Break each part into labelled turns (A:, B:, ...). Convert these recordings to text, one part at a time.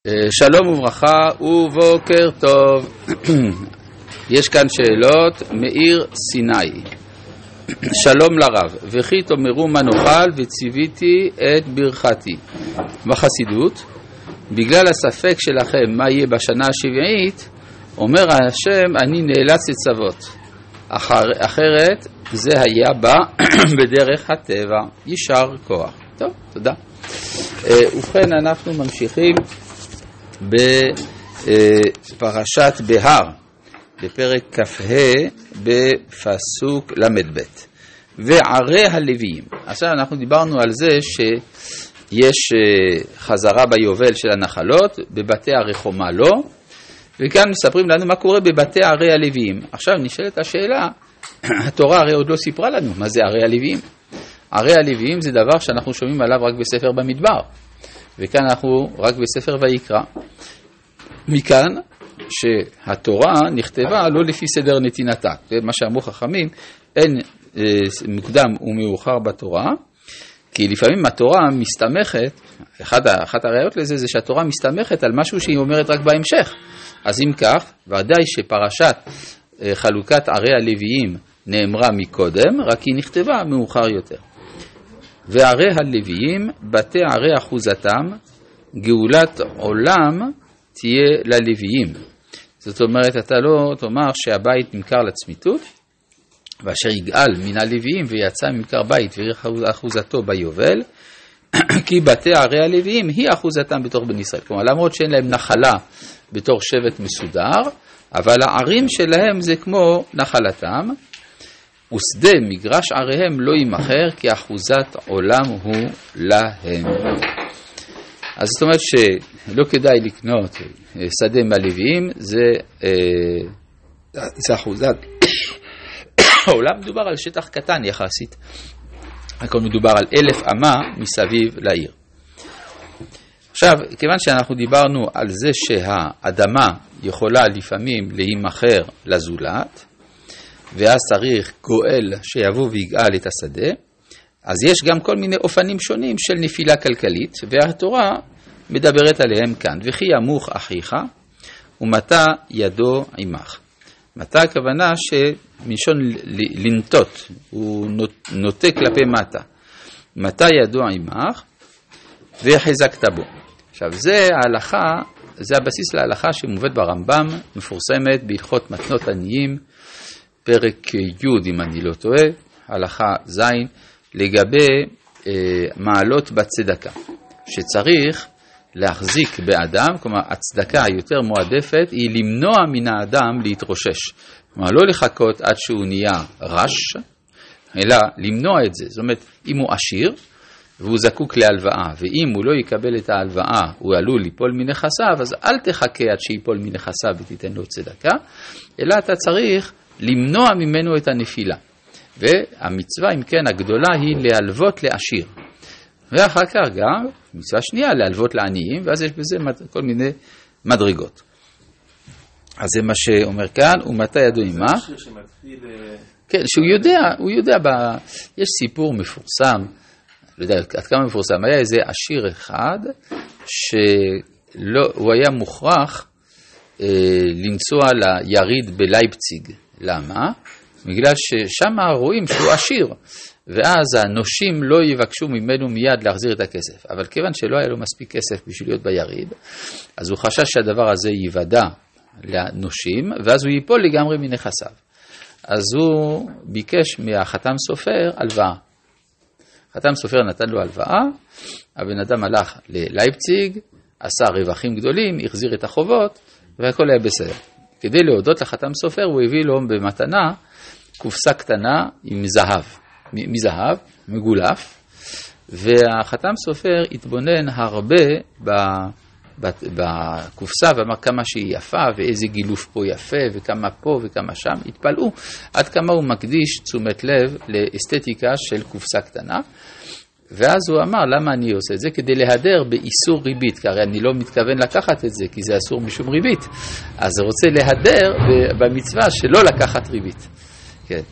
A: שלום וברכה ובוקר טוב. יש כאן שאלות. מאיר סיני, שלום לרב, וכי תאמרו מה נאכל וציוויתי את ברכתי. בחסידות, בגלל הספק שלכם מה יהיה בשנה השביעית, אומר השם אני נאלץ לצוות, אחרת זה היה בא בדרך הטבע. יישר כוח. טוב, תודה. ובכן אנחנו ממשיכים בפרשת בהר, בפרק כ"ה בפסוק למ"ב, וערי הלוויים. עכשיו אנחנו דיברנו על זה שיש חזרה ביובל של הנחלות, בבתי ערי חומה לא, וכאן מספרים לנו מה קורה בבתי ערי הלוויים. עכשיו נשאלת השאלה, התורה הרי עוד לא סיפרה לנו מה זה ערי הלוויים. ערי הלוויים זה דבר שאנחנו שומעים עליו רק בספר במדבר, וכאן אנחנו רק בספר ויקרא. מכאן שהתורה נכתבה לא לפי סדר נתינתה. מה שאמרו חכמים, אין מוקדם ומאוחר בתורה, כי לפעמים התורה מסתמכת, אחת הראיות לזה זה שהתורה מסתמכת על משהו שהיא אומרת רק בהמשך. אז אם כך, ודאי שפרשת חלוקת ערי הלוויים נאמרה מקודם, רק היא נכתבה מאוחר יותר. וערי הלוויים, בתי ערי אחוזתם, גאולת עולם תהיה ללוויים. זאת אומרת, אתה לא תאמר שהבית נמכר לצמיתות, ואשר יגאל מן הלוויים ויצא ממכר בית ואחוזתו ביובל, כי בתי ערי הלוויים היא אחוזתם בתוך בן ישראל. כלומר, למרות שאין להם נחלה בתור שבט מסודר, אבל הערים שלהם זה כמו נחלתם, ושדה מגרש עריהם לא יימכר, כי אחוזת עולם הוא להם. אז זאת אומרת שלא כדאי לקנות שדה מהלוויים, זה אחוזת העולם. מדובר על שטח קטן יחסית, הכל מדובר על 1,000 אמה מסביב לעיר. עכשיו, כיוון שאנחנו דיברנו על זה שהאדמה יכולה לפעמים להימכר לזולת, ואז צריך גואל שיבוא ויגאל את השדה, אז יש גם כל מיני אופנים שונים של נפילה כלכלית, והתורה מדברת עליהם כאן. וכי ימוך אחיך ומטה ידו עמך. מטה הכוונה שמלשון לנטות, הוא נוטה כלפי מטה. מטה ידו עמך וחזקת בו. עכשיו זה ההלכה, זה הבסיס להלכה שמובאת ברמב"ם, מפורסמת בהלכות מתנות עניים, פרק י' אם אני לא טועה, הלכה ז', לגבי מעלות בצדקה, שצריך להחזיק באדם, כלומר הצדקה היותר מועדפת היא למנוע מן האדם להתרושש, כלומר לא לחכות עד שהוא נהיה רש, אלא למנוע את זה. זאת אומרת, אם הוא עשיר והוא זקוק להלוואה, ואם הוא לא יקבל את ההלוואה הוא עלול ליפול מנכסיו, אז אל תחכה עד שיפול מנכסיו ותיתן לו צדקה, אלא אתה צריך למנוע ממנו את הנפילה. והמצווה אם כן הגדולה היא להלוות לעשיר, ואחר כך גם מצווה שנייה להלוות לעניים, ואז יש בזה כל מיני מדרגות. אז זה מה שאומר כאן, ומטה ידו עמך. כן, שהוא יודע, יש סיפור מפורסם, לא יודע עד כמה מפורסם, היה איזה עשיר אחד שהוא היה מוכרח לנסוע ליריד בלייפציג. למה? בגלל ששם רואים שהוא עשיר, ואז הנושים לא יבקשו ממנו מיד להחזיר את הכסף. אבל כיוון שלא היה לו מספיק כסף בשביל להיות ביריד, אז הוא חשש שהדבר הזה ייוודע לנושים, ואז הוא ייפול לגמרי מנכסיו. אז הוא ביקש מהחתם סופר הלוואה. חתם סופר נתן לו הלוואה, הבן אדם הלך ללייפציג, עשה רווחים גדולים, החזיר את החובות, והכל היה בסדר. כדי להודות לחתם סופר, הוא הביא לו במתנה קופסה קטנה עם זהב, מזהב, מגולף, והחתם סופר התבונן הרבה בקופסה ואמר כמה שהיא יפה, ואיזה גילוף פה יפה, וכמה פה וכמה שם. התפלאו עד כמה הוא מקדיש תשומת לב לאסתטיקה של קופסה קטנה, ואז הוא אמר, למה אני עושה את זה? כדי להדר באיסור ריבית, כי הרי אני לא מתכוון לקחת את זה, כי זה אסור משום ריבית. אז הוא רוצה להדר במצווה שלא לקחת ריבית. כן.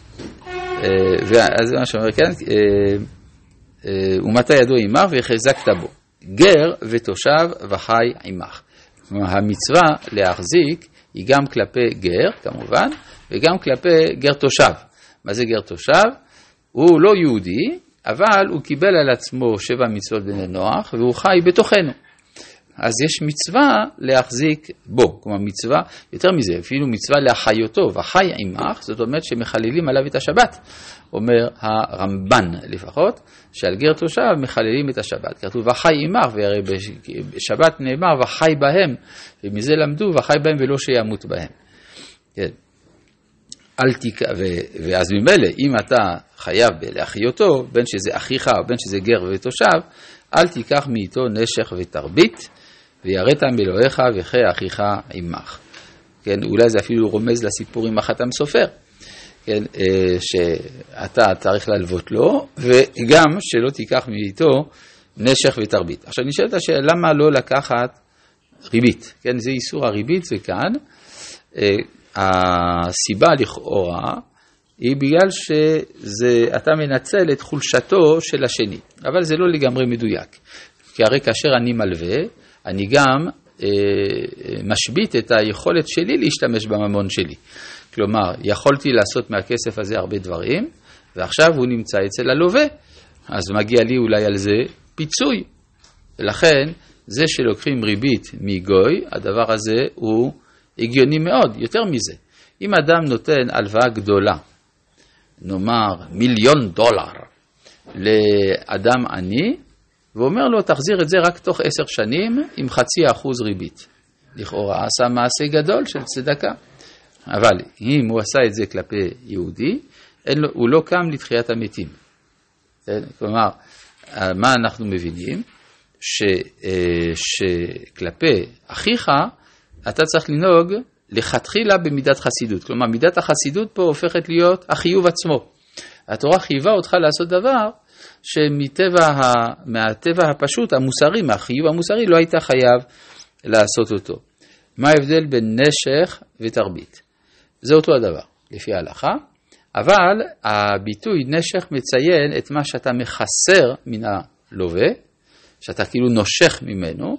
A: ואז מה שאומר כאן, ומטה ידו עמך וחזקת בו. גר ותושב וחי עמך. כלומר, המצווה להחזיק היא גם כלפי גר, כמובן, וגם כלפי גר תושב. מה זה גר תושב? הוא לא יהודי, אבל הוא קיבל על עצמו 7 מצוות בני נוח, והוא חי בתוכנו. אז יש מצווה להחזיק בו, כלומר מצווה, יותר מזה, אפילו מצווה להחיותו, וחי עמך, זאת אומרת שמחללים עליו את השבת. אומר הרמב"ן לפחות, שעל גר תושב מחללים את השבת. כתוב וחי עמך, והרי בשבת נאמר וחי בהם, ומזה למדו וחי בהם ולא שימות בהם. כן. ואז ממילא, אם אתה חייב להחיותו, בין שזה אחיך או בין שזה גר ותושב, אל תיקח מאיתו נשך ותרבית, ויראת מאלוהיך וכי אחיך עמך. כן, אולי זה אפילו רומז לסיפור עם החתם סופר, כן, שאתה צריך ללוות לו, וגם שלא תיקח מאיתו נשך ותרבית. עכשיו נשאלת השאלה, למה לא לקחת ריבית? כן, זה איסור הריבית, זה כאן. הסיבה לכאורה היא בגלל שאתה מנצל את חולשתו של השני, אבל זה לא לגמרי מדויק. כי הרי כאשר אני מלווה, אני גם משבית את היכולת שלי להשתמש בממון שלי. כלומר, יכולתי לעשות מהכסף הזה הרבה דברים, ועכשיו הוא נמצא אצל הלווה, אז מגיע לי אולי על זה פיצוי. ולכן, זה שלוקחים ריבית מגוי, הדבר הזה הוא הגיוני מאוד. יותר מזה, אם אדם נותן הלוואה גדולה, נאמר $1,000,000 לאדם עני, ואומר לו תחזיר את זה רק תוך 10 שנים עם 0.5% ריבית. לכאורה עשה מעשה גדול של צדקה. אבל אם הוא עשה את זה כלפי יהודי, הוא לא קם לתחיית המתים. כלומר, מה אנחנו מבינים? שכלפי אחיך, אתה צריך לנהוג לכתחילה במידת חסידות. כלומר, מידת החסידות פה הופכת להיות החיוב עצמו. התורה חייבה אותך לעשות דבר מהטבע הפשוט, המוסרי, מהחיוב המוסרי, לא היית חייב לעשות אותו. מה ההבדל בין נשך ותרבית? זה אותו הדבר, לפי ההלכה, אבל הביטוי נשך מציין את מה שאתה מחסר מן הלווה, שאתה כאילו נושך ממנו,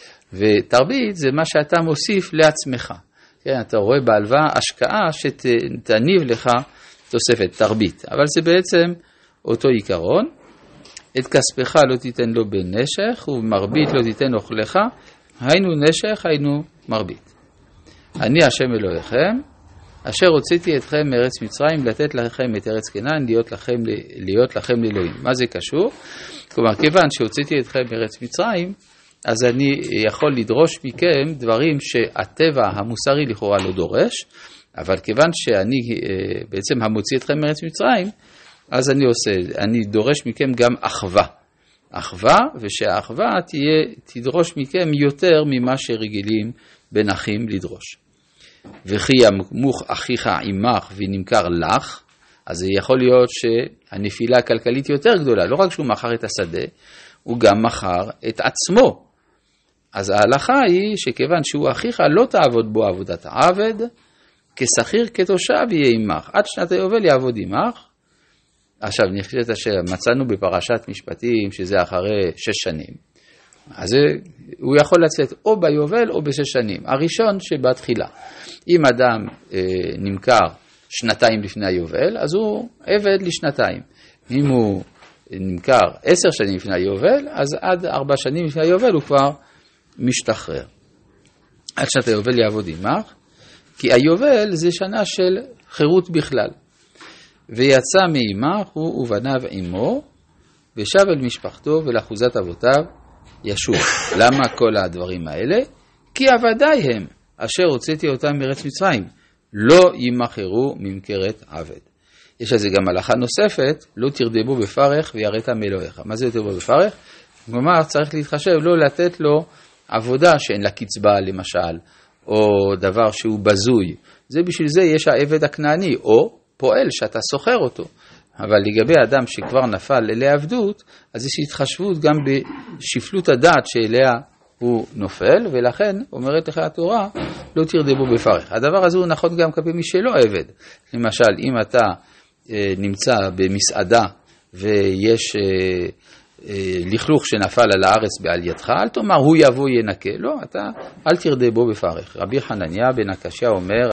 A: ותרבית זה מה שאתה מוסיף לעצמך. כן, אתה רואה בהלוואה השקעה שתניב לך תוספת תרבית, אבל זה בעצם אותו עיקרון. את כספך לא תיתן לו בנשך, ובמרבית לא תיתן אוכלך, היינו נשך, היינו מרבית. אני השם אלוהיכם, אשר הוצאתי אתכם מארץ מצרים, לתת לכם את ארץ כנען, להיות לכם לאלוהים. מה זה קשור? כלומר, כיוון שהוצאתי אתכם מארץ מצרים, אז אני יכול לדרוש מכם דברים שהטבע המוסרי לכאורה לא דורש, אבל כיוון שאני בעצם המוציא אתכם מארץ מצרים, אז אני דורש מכם גם אחווה. אחווה, ושהאחווה תדרוש מכם יותר ממה שרגילים בין אחים לדרוש. וכי ימוך אחיך עמך ונמכר לך, אז זה יכול להיות שהנפילה הכלכלית יותר גדולה. לא רק שהוא מכר את השדה, הוא גם מכר את עצמו. אז ההלכה היא שכיוון שהוא אחיך לא תעבוד בו עבודת העבד, כשכיר כתושב יהיה עמך. עד שנת היובל יעבוד עמך. עכשיו נשאלת השאלה, מצאנו בפרשת משפטים שזה אחרי 6 שנים. אז הוא יכול לצאת או ביובל או ב6 שנים. הראשון שבהתחילה. אם אדם נמכר 2 לפני היובל, אז הוא עבד ל2. אם הוא נמכר 10 שנים לפני היובל, אז עד 4 שנים לפני היובל הוא כבר משתחרר. עד שנת היובל יעבוד עמך, כי היובל זה שנה של חירות בכלל. ויצא מעמך הוא ובניו עמו, ושב אל משפחתו ולאחוזת אבותיו ישוב. למה כל הדברים האלה? כי עבדי הם, אשר הוצאתי אותם מארץ מצרים, לא ימכרו ממכרת עבד. יש על זה גם הלכה נוספת, לא תרדבו בפרך ויראת מאלוהיך. מה זה תרדבו בפרך? כלומר, צריך להתחשב, לא לתת לו עבודה שאין לה קצבה למשל, או דבר שהוא בזוי. זה בשביל זה יש העבד הכנעני, או פועל שאתה סוחר אותו. אבל לגבי אדם שכבר נפל לעבדות, אז יש התחשבות גם בשפלות הדעת שאליה הוא נופל, ולכן אומרת לך התורה, לא תרדבו בפרך. הדבר הזה הוא נכון גם כלפי מי שלא עבד. למשל, אם אתה נמצא במסעדה ויש לכלוך שנפל על הארץ בעלייתך, אל תאמר הוא יבוא ינקה, לא, אתה אל תרדה בו בפרך. רבי חנניה בן הקשיא אומר,